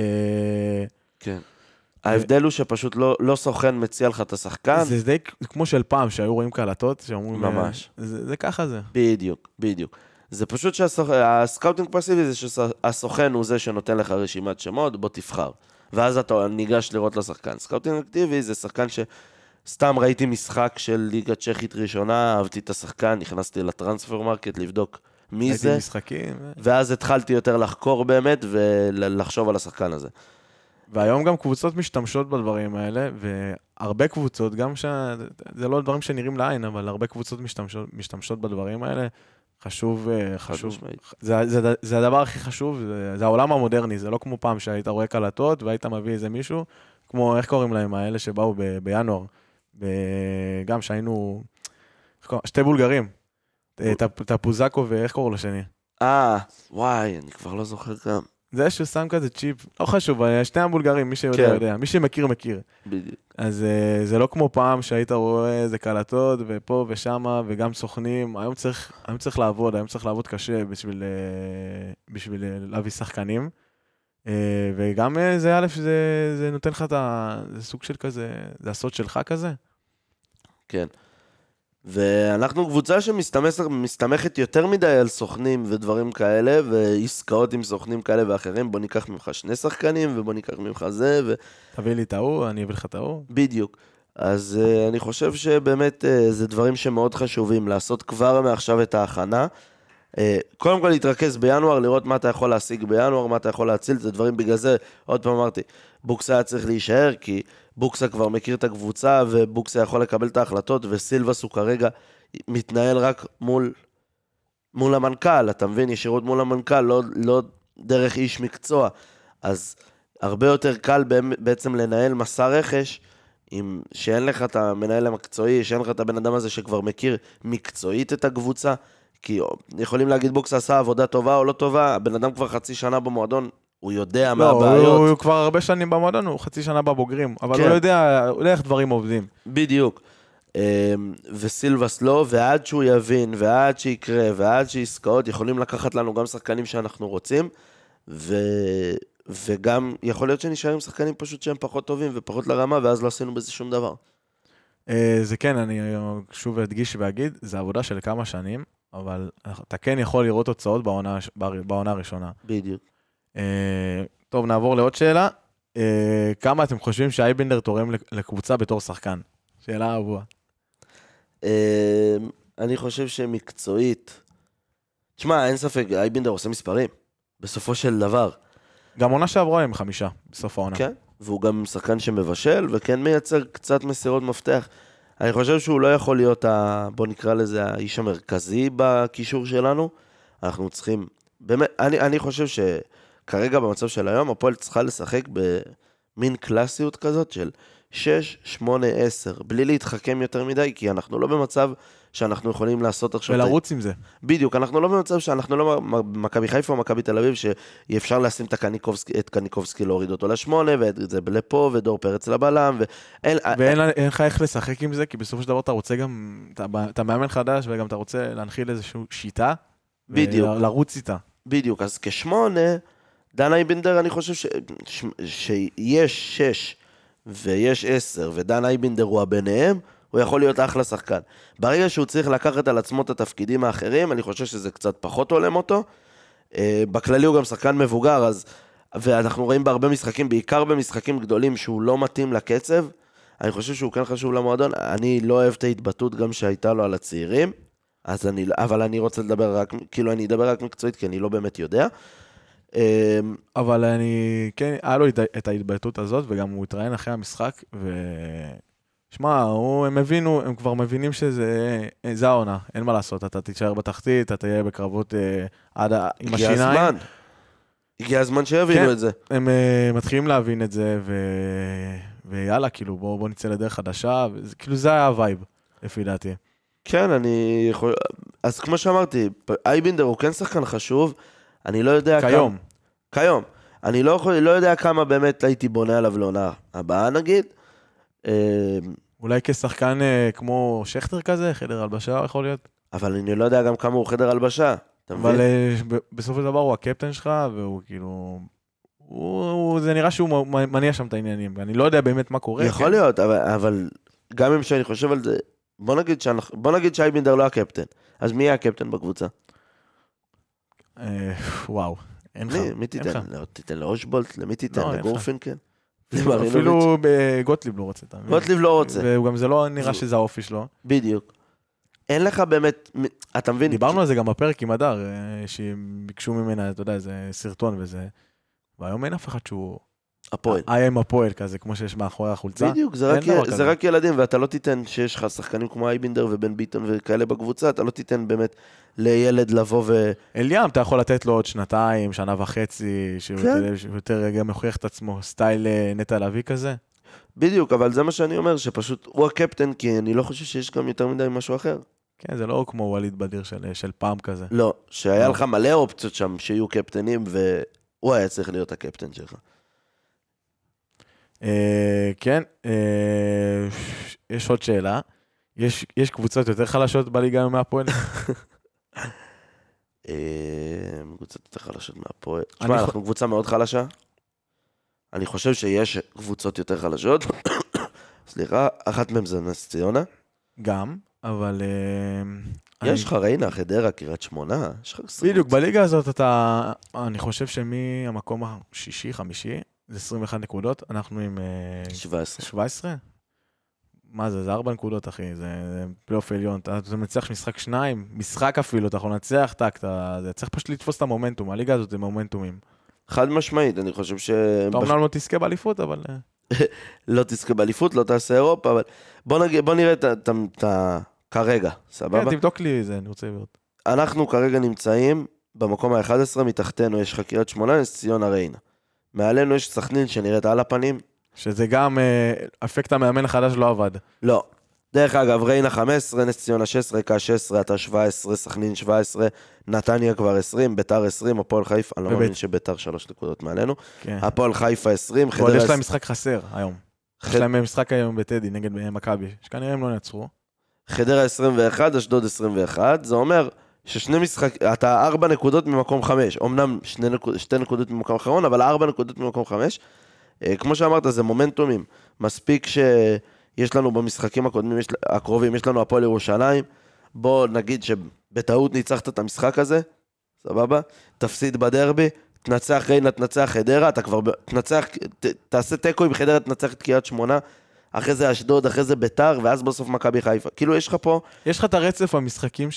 כן. ההבדל הוא שפשוט לא סוכן מציע לך את השחקן. זה די כמו של פעם, שהיו רואים קלטות, שאומרים... ממש. זה ככה זה. בדיוק, בדיוק. זה פשוט שהסקאוטינג פסיבי זה שהסוכן הוא זה שנותן לך רשימת שמות, בוא תבחר. ואז אתה ניגש לראות לשחקן. סקאוטינג אקטיבי זה שחקן שסתם ראיתי משחק של ליגה צ'כית ראשונה, אהבתי את השחקן, נכנסתי לטרנספר מרקט לבדוק מי זה. ראיתי משחקים. ואז התחלתי יותר לחקור באמת ולחשוב על השחקן הזה. והיום גם קבוצות משתמשות בדברים האלה, והרבה קבוצות, גם זה לא דברים שנראים לעין, אבל הרבה קבוצות משתמשות בדברים האלה. חשוב, זה הדבר הכי חשוב, זה העולם המודרני, זה לא כמו פעם שהיית רואה קלטות והיית מביא איזה מישהו, כמו, איך קוראים להם האלה שבאו בינואר, גם שהיינו, שתי בולגרים, טפוזקו ואיך קוראו לשני? וואי, אני כבר לא זוכר גם. זה שהוא שם כזה צ'יפ, לא חשוב, שתי הבולגרים, מי שיודע יודע, מי שמכיר מכיר. בדיוק. אז זה לא כמו פעם שהיית רואה איזה קלטות ופה ושמה וגם סוכנים, היום צריך לעבוד קשה בשביל להביא שחקנים. וגם זה א', זה נותן לך זה סוג של כזה, זה הסוד שלך כזה. כן. ואנחנו קבוצה שמסתמכת יותר מדי על סוכנים ודברים כאלה, ועסקאות עם סוכנים כאלה ואחרים, בוא ניקח ממך 2 שחקנים, ובוא ניקח ממך זה, תביא לי טעו, אני אביא לך טעו. בדיוק. אז אני חושב שבאמת זה דברים שמאוד חשובים, לעשות כבר מעכשיו את ההכנה. קודם כל להתרכז בינואר, לראות מה אתה יכול להשיג בינואר, מה אתה יכול להציל, זה דברים בגלל זה, עוד פעם אמרתי, בוקסה היה צריך להישאר, כי בוקסה כבר מכיר את הקבוצה, ובוקסה יכול לקבל את ההחלטות, וסילבס הוא כרגע מתנהל רק מול המנכ"ל, אתה מבין? ישירות מול המנכ"ל, לא דרך איש מקצוע. אז הרבה יותר קל בעצם לנהל מסע רכש, שאין לך את המנהל המקצועי, שאין לך את הבן אדם הזה שכבר מכיר מקצועית את הקבוצה, כי יכולים להגיד בוקס עשה עבודה טובה או לא טובה, הבן אדם כבר חצי שנה במועדון, הוא יודע מה הבעיות. הוא כבר הרבה שנים במועדון, הוא חצי שנה בבוגרים, אבל הוא יודע איך דברים עובדים. בדיוק. וסילבס לא, ועד שהוא יבין, ועד שיקרה, ועד שעסקאות, יכולים לקחת לנו גם שחקנים שאנחנו רוצים, וגם יכול להיות שנשארים שחקנים פשוט שהם פחות טובים ופחות לרמה, ואז לא עשינו בזה שום דבר. זה כן, אני שוב אדגיש ואגיד, זה עבודה של כמה שנים, אבל אתה כן יכול לראות תוצאות בעונה הראשונה. בדיוק. טוב, נעבור לעוד שאלה. כמה אתם חושבים שאייבינדר תורם לקבוצה בתור שחקן? שאלה אהובה. אני חושב שמקצועית, תשמע, אין ספק, אייבינדר עושה מספרים, בסופו של דבר. גם עונה שעברה עם 5, בסוף העונה. כן, והוא גם שחקן שמבשל, וכן מייצר קצת מסירות מפתח. אני חושב שהוא לא יכול להיות, בוא נקרא לזה, האיש המרכזי בקישור שלנו. אנחנו צריכים, באמת, אני חושב שכרגע במצב של היום, הפועל צריכה לשחק במין קלאסיות כזאת של 6, 8, 10, בלי להתחכם יותר מדי, כי אנחנו לא במצב שאנחנו יכולים לעשות עכשיו... ולרוץ עם זה. בדיוק, אנחנו לא במצב שאנחנו לא מכבי חיפה או מכבי תל אביב, שאפשר לשים את קניקובסקי להוריד אותו ל8, ואת זה לפה, ודור פרץ לבלם, ואין לך איך לשחק עם זה, כי בסופו של דבר אתה רוצה גם, אתה מאמן חדש, וגם אתה רוצה להנחיל איזושהי שיטה, ולרוץ איתה. בדיוק, אז כ8, דן אייבינדר, אני חושב שיש 6, ויש 10, ודן אייבינדר הוא הביניהם, הוא יכול להיות אחלה שחקן. ברגע שהוא צריך לקחת על עצמו את התפקידים האחרים, אני חושב שזה קצת פחות עולם אותו. בכללי הוא גם שחקן מבוגר, ואנחנו רואים בהרבה משחקים, בעיקר במשחקים גדולים, שהוא לא מתאים לקצב. אני חושב שהוא כן חשוב למועדון. אני לא אוהב את ההתבטאות גם שהייתה לו על הצעירים, אבל אני רוצה לדבר רק, כאילו אני אדבר רק מקצועית, כי אני לא באמת יודע. אבל כן, היה לו את ההתבטאות הזאת, וגם הוא התראיין אחרי המשחק, שמע, הם כבר מבינים שזה העונה, אין מה לעשות, אתה תישאר בתחתית, אתה תהיה בקרבות עם השיניים. הגיע הזמן שיבינו את זה. הם מתחילים להבין את זה, ויאללה, כאילו, בוא נצא לדרך חדשה, כאילו זה היה הווייב, לפי דעתי. כן, אני יכול... אז כמו שאמרתי, אייבינדר הוא כן שחקן חשוב, אני לא יודע כיום. אני לא יודע כמה באמת הייתי בונה עליו לעונה הבאה, נגיד. אולי כשחקן כמו שכטר כזה, חדר הלבשה יכול להיות. אבל אני לא יודע גם כמה הוא חדר הלבשה. אבל בסופו של דבר הוא הקפטן שלך, והוא כאילו... זה נראה שהוא מניע שם את העניינים, ואני לא יודע באמת מה קורה. יכול להיות, אבל גם אם שאני חושב על זה, בוא נגיד שאייבינדר לא הקפטן. אז מי יהיה הקפטן בקבוצה? וואו, אין לך. מי תיתן? תיתן לאושבולט? למי תיתן? לגורפינקן? אפילו בגוטליב לא רוצה. גוטליב לא רוצה. וגם זה לא נראה שזה האופי שלו. בדיוק. אין לך באמת, אתה מבין? דיברנו על זה גם בפרק עם הדר, שביקשו ממנה, אתה יודע, איזה סרטון וזה, והיום אין אף אחד שהוא... הפועל. עם הפועל כזה, כמו שיש מאחורי החולצה. בדיוק, זה רק ילדים, ואתה לא תיתן שיש לך שחקנים כמו אייבינדר ובן ביטון וכאלה בקבוצה, אתה לא תיתן באמת לילד לבוא אליאם, אתה יכול לתת לו עוד 2, 1.5 שנה, שהוא יותר גם מוכיח את עצמו, סטייל נטע לביא כזה. בדיוק, אבל זה מה שאני אומר, שפשוט הוא הקפטן, כי אני לא חושב שיש גם יותר מדי משהו אחר. כן, זה לא כמו ווליד בדיר של פעם כזה. לא, שהיה לך מלא אופציות שם שיהיו קפטנים, והוא היה צריך להיות הקפטן שלך. כן, יש עוד שאלה. יש קבוצות יותר חלשות בליגה מהפועל? קבוצות יותר חלשות מהפועל. תשמע, אנחנו קבוצה מאוד חלשה. אני חושב שיש קבוצות יותר חלשות. סליחה, אחת מהן זה נס ציונה. גם, אבל... יש לך ריינה, חדרה, קריית שמונה. בדיוק, בליגה הזאת אני חושב שמהמקום השישי, חמישי, זה 21 נקודות, אנחנו עם 17? מה זה? זה 4 נקודות, אחי, זה פלייאוף עליון, אתה מצליח משחק 2, משחק אפילו, אתה יכול לנצח, זה צריך פשוט לתפוס את המומנטום, הליגה הזאת זה מומנטומים. חד משמעית, אני חושב ש... אתה אומנם לא תזכה באליפות, אבל... לא תזכה באליפות, לא תעשה אירופה, אבל בוא נראה את כרגע, סבבה? כן, תבדוק לי זה, אני רוצה לראות. אנחנו כרגע נמצאים במקום ה-11, מתחתנו יש קריית שמונה, נס ציונה ריינה. מעלינו יש סכנין שנראית על הפנים. שזה גם אפקט המאמן החדש לא עבד. לא. דרך אגב, ריינה 15, נס ציונה 16, קה 16, אתה 17, סכנין 17, נתניה כבר 20, ביתר 20, הפועל חיפה, אני לא מאמין שביתר 3 נקודות מעלינו. כן. הפועל חיפה 20, אבל יש להם משחק חסר היום. יש להם משחק היום בטדי נגד מכבי, שכנראה הם לא נעצרו. חדרה 21, אשדוד 21, זה אומר ששני משחק, אתה 4 נקודות ממקום 5, אמנם 2 נקודות ממקום אחרון, אבל 4 נקודות ממקום 5. כמו שאמרת, זה מומנטומים. מספיק שיש לנו במשחקים הקרובים, יש לנו הפועל ירושלים, בוא נגיד שבטעות ניצחת את המשחק הזה, סבבה? תפסיד בדרבי, תנצח ריינה, תנצח חדרה, אתה כבר תנצח, תעשה טקו עם חדרה, תנצח את קריית שמונה, אחרי זה אשדוד, אחרי זה ביתר, ואז בסוף מכבי חיפה. כאילו יש לך פה... יש לך את הרצף המשחקים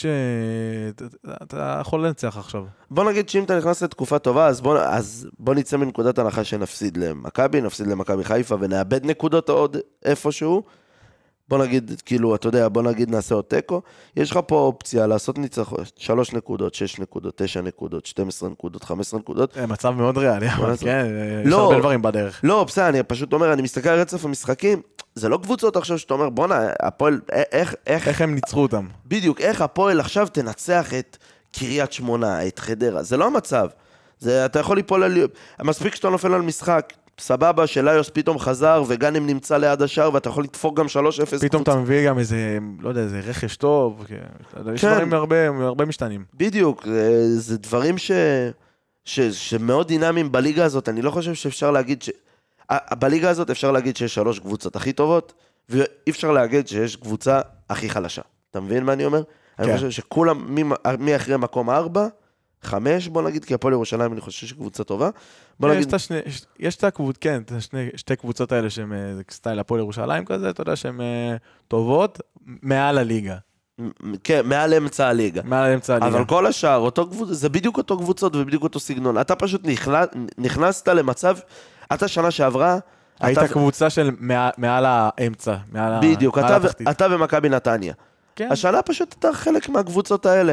שאתה יכול לנצח עכשיו. בוא נגיד שאם אתה נכנס לתקופה טובה, אז בוא נצא מנקודת הנחה שנפסיד למכבי, נפסיד למכבי חיפה, ונאבד נקודות עוד איפשהו. בוא נגיד, כאילו, אתה יודע, בוא נגיד נעשה עוד טקו. יש לך פה אופציה לעשות ניצחון, 3 נקודות, 6 נקודות, 9 נקודות, 12 נקודות, 15 נקודות. מצב מאוד ריאלי, כן, יש הרבה דברים בדרך. לא, בסדר, אני פשוט אומר, אני מסתכל על רצף המשחקים, זה לא קבוצות עכשיו שאתה אומר, בונה, הפועל, איך הם ניצחו אותם? בדיוק, איך הפועל עכשיו תנצח את קריית שמונה, את חדרה, זה לא המצב. אתה יכול ליפול על... מספיק שאתה נופל על משחק, סבבה, שליוס פתאום חזר, וגנים נמצא ליד השאר, ואתה יכול לדפוק גם 3-0. פתאום אתה מביא גם איזה, לא יודע, איזה רכש טוב, יש דברים הרבה משתנים. בדיוק, זה דברים שמאוד דינמיים בליגה הזאת, אני לא חושב שאפשר להגיד בליגה הזאת אפשר להגיד שיש 3 קבוצות הכי טובות, ואי אפשר להגיד שיש קבוצה הכי חלשה. אתה מבין מה אני אומר? אני חושב שכולם, מי אחרי מקום 4, 5, בוא נגיד, כי הפועל ירושלים אני חושב שקבוצה טובה. יש את הקבוצות, כן, שתי קבוצות האלה שהן סטייל הפועל ירושלים כזה, אתה יודע שהן טובות מעל הליגה. כן, מעל אמצע הליגה. מעל אמצע הליגה. אבל כל השאר, זה בדיוק אותו קבוצות ובדיוק אותו סגנון. אתה פשוט נכנסת למצב, אתה שנה שעברה... היית קבוצה של מעל האמצע, בדיוק, אתה ומכבי נתניה. השנה פשוט אתה חלק מהקבוצות האלה.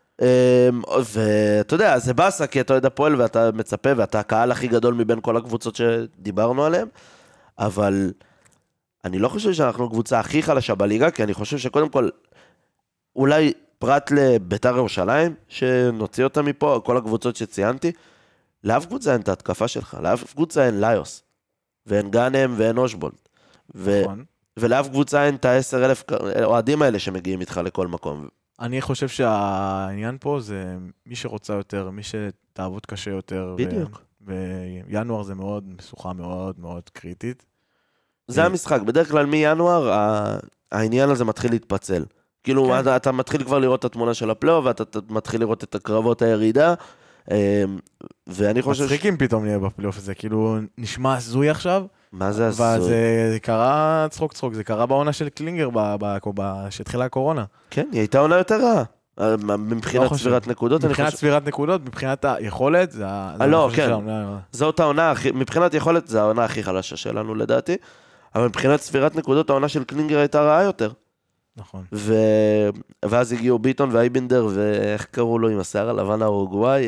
ואתה יודע, זה בסה, כי אתה יודע פועל ואתה מצפה, ואתה הקהל הכי גדול מבין כל הקבוצות שדיברנו עליהן, אבל אני לא חושב שאנחנו קבוצה הכי חלשה בליגה, כי אני חושב שקודם כל, אולי פרט לביתר ירושלים, שנוציא אותה מפה, כל הקבוצות שציינתי, לאף קבוצה אין את ההתקפה שלך, לאף קבוצה אין ליוס, ואין גאנם ואין אושבולט, ולאף קבוצה אין את ה10,000 אוהדים האלה שמגיעים איתך לכל מקום. אני חושב שהעניין פה זה מי שרוצה יותר, מי שתעבוד קשה יותר. בדיוק. וינואר זה מאוד מסוכה מאוד מאוד קריטית. זה המשחק, בדרך כלל מינואר העניין הזה מתחיל להתפצל. כאילו אתה מתחיל כבר לראות את התמונה של הפלייאוף, ואתה מתחיל לראות את הקרבות הירידה, ואני חושב... מצחיקים פתאום נהיה בפלייאוף הזה, כאילו נשמע הזוי עכשיו. מה זה הזוי? וזה קרה צחוק, זה קרה בעונה של קלינגר, שהתחילה הקורונה. כן, היא הייתה עונה יותר רעה. מבחינת צבירת נקודות. מבחינת צבירת נקודות, מבחינת היכולת, זה... לא, כן. זאת העונה, מבחינת יכולת, זה העונה הכי חלשה שלנו לדעתי, אבל מבחינת צבירת נקודות, העונה של קלינגר הייתה רעה יותר. נכון. ואז הגיעו ביטון ואייבינדר, ואיך קראו לו עם השיער הלבן האורוגוואי?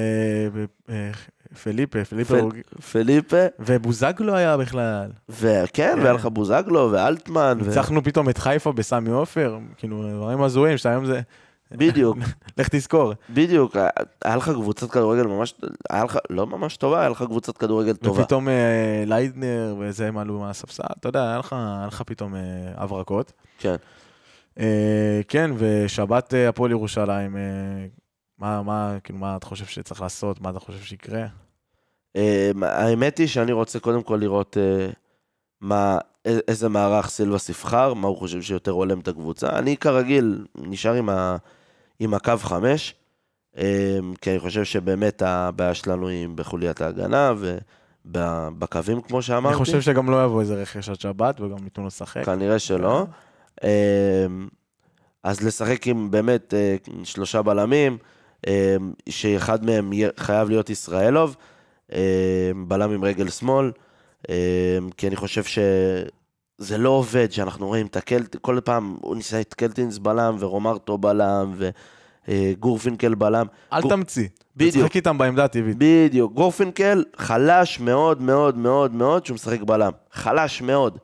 פליפה. ובוזגלו היה בכלל. וכן, והיה לך בוזגלו ואלטמן. ניצחנו פתאום את חיפה בסמי עופר, כאילו, דברים הזויים, שהיום זה... בדיוק. לך תזכור. בדיוק, היה לך קבוצת כדורגל ממש, לא ממש טובה, היה לך קבוצת כדורגל טובה. ופתאום ליידנר וזה הם עלו מהספסל, אתה יודע, היה לך פתאום הברקות. כן. כן, ושבת הפועל ירושלים, מה אתה חושב שצריך לעשות, מה אתה חושב שיקרה? האמת היא שאני רוצה קודם כל לראות איזה מערך סילבס יבחר, מה הוא חושב שיותר הולם את הקבוצה. אני כרגיל נשאר עם הקו 5, כי אני חושב שבאמת הבעיה שלנו היא בחוליית ההגנה, ובקווים כמו שאמרתי. אני חושב שגם לא יבוא איזה רכש עד שבת, וגם ניתנו לשחק. כנראה שלא. אז לשחק עם באמת 3 בלמים, שאחד מהם חייב להיות ישראלוב, בלם עם רגל שמאל, כי אני חושב זה לא עובד, שאנחנו רואים כל פעם הוא ניסה את קלטינס בלם, ורומרטו בלם, וגורפינקל בלם. אל תמציא. בדיוק. תשחק איתם בעמדה הטבעית. בדיוק. גורפינקל חלש מאוד מאוד מאוד מאוד שהוא משחק בלם. חלש מאוד.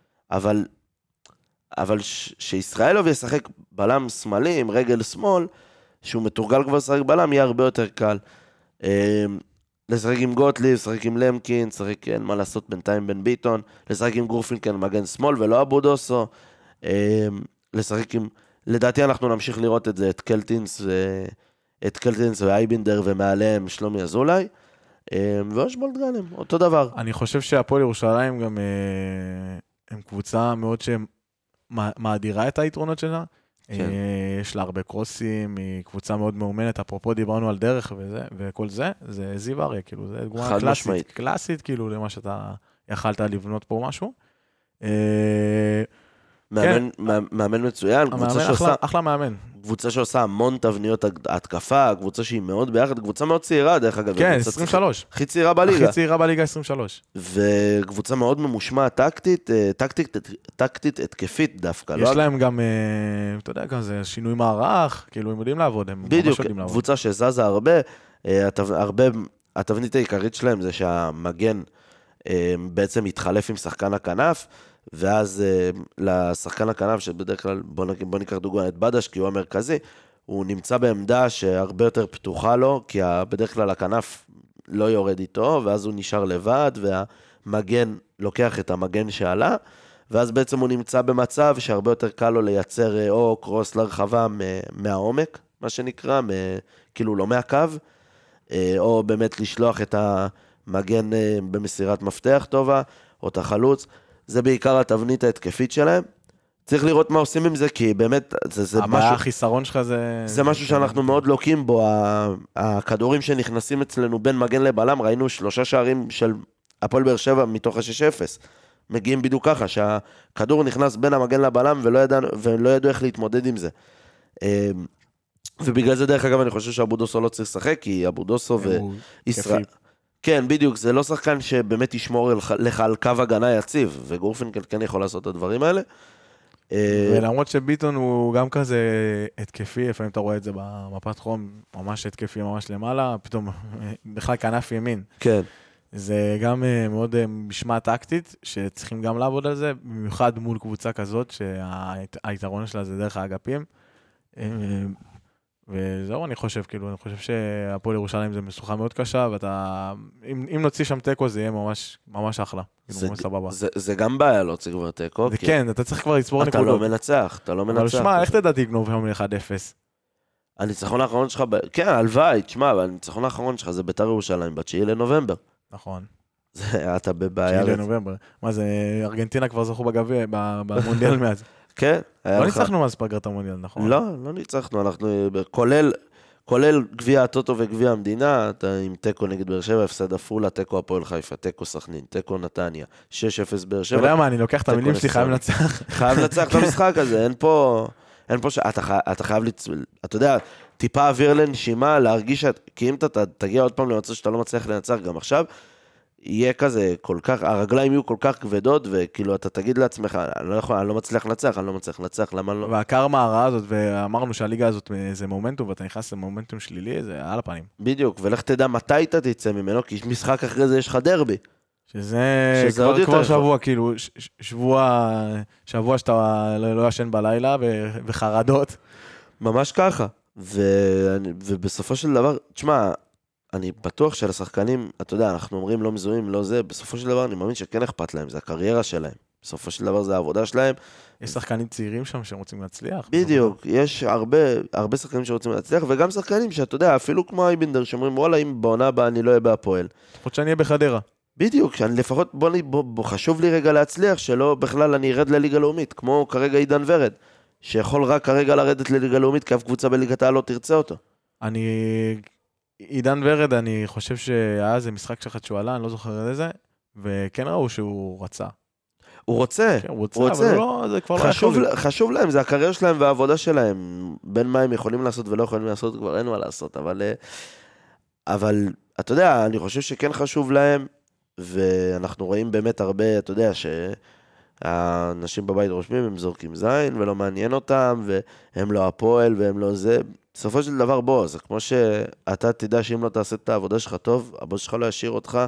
אבל שישראלוב ישחק בלם שמאלי עם רגל שמאל, שהוא מתורגל כבר לשחק בלם, יהיה הרבה יותר קל. לשחק עם גוטליב, לשחק עם למקין, לשחק אין מה לעשות בינתיים בן ביטון, לשחק עם גורפינקל מגן שמאל ולא אבודוסו, לשחק עם... לדעתי אנחנו נמשיך לראות את זה, את קלטינס ואייבינדר ומעליהם שלומי אזולאי, ואושבולד גלם, אותו דבר. אני חושב שהפועל ירושלים גם הם קבוצה מאוד שמאדירה את היתרונות שלה. כן. יש לה הרבה קרוסים, היא קבוצה מאוד מאומנת, אפרופו דיברנו על דרך וכל זה, זה זיו אריה, כאילו, זה דוגמה קלאסית, כאילו, למה שאתה יכלת לבנות פה משהו. מאמן מצוין, אחלה מאמן. קבוצה שעושה המון תבניות התקפה, קבוצה שהיא מאוד ביחד, קבוצה מאוד צעירה, דרך אגב. כן, 23. הכי צעירה בליגה. הכי צעירה בליגה 23. וקבוצה מאוד ממושמעת טקטית התקפית דווקא. יש להם גם, אתה יודע, כזה שינוי מערך, כאילו הם יודעים לעבוד, הם ממש יודעים לעבוד. בדיוק, קבוצה שזזה הרבה, התבנית העיקרית שלהם זה שהמגן בעצם מתחלף עם שחקן הכנף, ואז לשחקן הכנף, שבדרך כלל, בוא ניקח דוגמה את בדש, כי הוא המרכזי, הוא נמצא בעמדה שהרבה יותר פתוחה לו, כי בדרך כלל הכנף לא יורד איתו, ואז הוא נשאר לבד, והמגן לוקח את המגן שעלה, ואז בעצם הוא נמצא במצב שהרבה יותר קל לו לייצר או קרוס לרחבה מהעומק, מה שנקרא, כאילו לא מהקו, או באמת לשלוח את המגן במסירת מפתח טובה, או את החלוץ, זה בעיקר התבנית ההתקפית שלהם. צריך לראות מה עושים עם זה, כי באמת, זה משהו... החיסרון שלך זה... זה משהו שאנחנו מאוד לוקים בו, הכדורים שנכנסים אצלנו בין מגן לבלם, ראינו 3 שערים של הפועל באר שבע מתוך ה-6-0. מגיעים בדיוק ככה, שהכדור נכנס בין המגן לבלם, ולא ידעו איך להתמודד עם זה. ובגלל זה דרך אגב אני חושב שאבודוסו לא צריך לשחק, כי אבודוסו וישראל... כן, בדיוק, זה לא שחקן שבאמת ישמור לך על קו הגנה יציב, וגורפינקל כן יכול לעשות את הדברים האלה. ולמרות שביטון הוא גם כזה התקפי, לפעמים אתה רואה את זה במפת חום, ממש התקפי, ממש למעלה, פתאום בכלל כנף ימין. כן. זה גם מאוד משמעת טקטית, שצריכים גם לעבוד על זה, במיוחד מול קבוצה כזאת, שהיתרון שלה זה דרך האגפים. וזהו, אני חושב שהפועל ירושלים זה משוכה מאוד קשה, אם נוציא שם טקו זה יהיה ממש אחלה. זה גם בעיה להוציא כבר טקו. כן, אתה צריך כבר לצבור נקודות. אתה לא מנצח. אבל שמע, איך תדע תגנוב היום 1-0? הניצחון האחרון שלך, כן, הלוואי, תשמע, אבל הניצחון האחרון שלך זה בית"ר ירושלים, ב9 לנובמבר. נכון. אתה בבעיה. 9 לנובמבר. מה זה, ארגנטינה כבר זכו בגביע, במונדיאל מאז. כן. לא ניצחנו מאז פגרת המונדיאל, נכון? לא ניצחנו, אנחנו, כולל גביע הטוטו וגביע המדינה, אתה עם טקו נגד באר שבע, הפסד עפולה, טקו הפועל חיפה, טקו סכנין, טקו נתניה, 6-0 באר שבע. אתה יודע מה, אני לוקח את המילים שלי, חייב לנצח. חייב לנצח את המשחק הזה, אין פה אתה חייב, אתה יודע, טיפה אוויר לנשימה, להרגיש, כי אם אתה תגיע עוד פעם למצב שאתה לא מצליח לנצח גם עכשיו, יהיה כזה כל כך, הרגליים יהיו כל כך כבדות, וכאילו אתה תגיד לעצמך, אני לא מצליח לנצח, למה לא? והקרמה הרעה הזאת, ואמרנו שהליגה הזאת זה מומנטום, ואתה נכנס למומנטום שלילי, זה על הפנים. בדיוק, ולך תדע מתי אתה תצא ממנו, כי משחק אחרי זה יש לך דרבי. שזה כבר שבוע, כאילו, שבוע שאתה לא ישן בלילה, וחרדות. ממש ככה. ובסופו של דבר, תשמע, אני בטוח שלשחקנים, אתה יודע, אנחנו אומרים לא מזוהים, לא זה, בסופו של דבר אני מאמין שכן אכפת להם, זה הקריירה שלהם. בסופו של דבר זה העבודה שלהם. יש שחקנים צעירים שם שרוצים להצליח. בדיוק, יש הרבה שחקנים שרוצים להצליח, וגם שחקנים שאתה יודע, אפילו כמו אייבינדר, שאומרים, וואלה, אם בעונה הבאה אני לא אהיה בהפועל. לפחות שאני אהיה בחדרה. בדיוק, לפחות חשוב לי רגע להצליח, שלא בכלל אני ארד לליגה לאומית, כמו כרגע עידן ורד, שיכול רק כרגע לרדת לליגה לאומית, כי אף קבוצה בליגת העל לא תרצה אותו. עידן ורד, אני חושב שהיה איזה משחק שלך שהוא עלה, אני לא זוכר איזה, וכן ראו שהוא רצה. הוא רוצה, כן, הוא רוצה, אבל לא, זה כבר לא חשוב להם, זה הקריירה שלהם והעבודה שלהם, בין מה הם יכולים לעשות ולא יכולים לעשות, כבר אין מה לעשות, אבל אתה יודע, אני חושב שכן חשוב להם, ואנחנו רואים באמת הרבה, אתה יודע, האנשים בבית רושמים, הם זורקים זין, ולא מעניין אותם, והם לא הפועל, והם לא זה. בסופו של דבר, בוא, זה כמו שאתה תדע שאם לא תעשה את העבודה שלך טוב, הבוס שלך לא ישאיר אותך,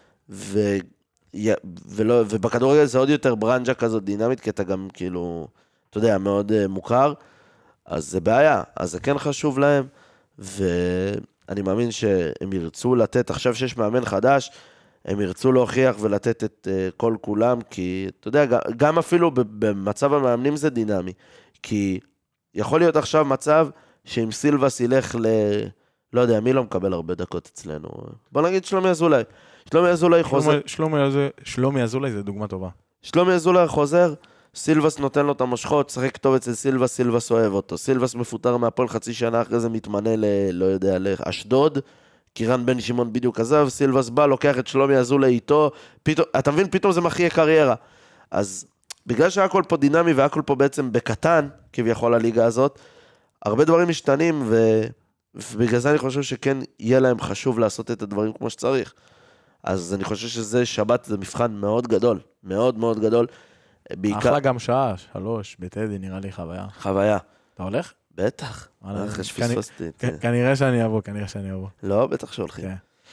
ובכדורגל זה עוד יותר ברנג'ה כזאת דינמית, כי אתה גם כאילו, אתה יודע, מאוד מוכר, אז זה בעיה, אז זה כן חשוב להם, ואני מאמין שהם ירצו לתת, עכשיו שיש מאמן חדש, הם ירצו להוכיח ולתת את כל כולם, כי אתה יודע, גם אפילו במצב המאמנים זה דינמי, כי יכול להיות עכשיו מצב שאם סילבס ילך לא יודע, מי לא מקבל הרבה דקות אצלנו? בוא נגיד שלומי אזולאי. שלומי אזולאי חוזר. שלומי אזולאי זה דוגמה טובה. שלומי אזולאי חוזר, סילבס נותן לו את המשכות, שחק טוב אצל סילבס, סילבס אוהב אותו. סילבס מפוטר מהפועל חצי שנה אחרי זה מתמנה לא יודע, לאשדוד, קירן בן שמעון בדיוק עזב, סילבס בא, לוקח את שלומי אזולאי איתו, אתה מבין, פתאום זה מחיה קריירה. אז בגלל שהכל פה דינמי והכל פה בעצם בקטן, כביכול הליגה הזאת, הרבה דברים משתנים ובגלל זה אני חושב שכן יהיה להם חשוב לעשות את הדברים כמו שצריך. אז אני חושב שזה שבת, זה מבחן מאוד גדול, מאוד מאוד גדול. אחלה גם שעה, 3, בטדי נראה לי חוויה. חוויה. אתה הולך? בטח. שפספסתי. כנראה שאני אבוא. לא, בטח שהולכים.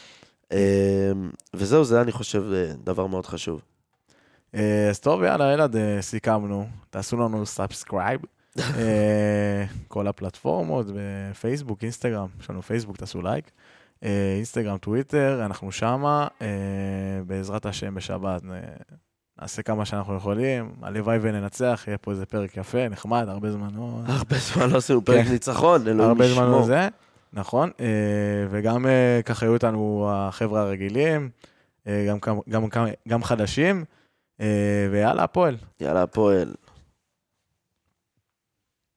וזהו, זה אני חושב דבר מאוד חשוב. אז טוב, יאללה, ילד, סיכמנו. תעשו לנו סאבסקרייב. כל הפלטפורמות, בפייסבוק, אינסטגרם, יש לנו פייסבוק, תעשו לייק, אינסטגרם, טוויטר, אנחנו שמה, בעזרת השם בשבת, נעשה כמה שאנחנו יכולים, הלוואי וננצח, יהיה פה איזה פרק יפה, נחמד, הרבה זמן. הרבה זמן לא עשינו פרק ניצחון, הרבה זמן לא זה, נכון, וגם ככה היו איתנו החבר'ה הרגילים, גם חדשים, ויאללה, הפועל. יאללה, הפועל.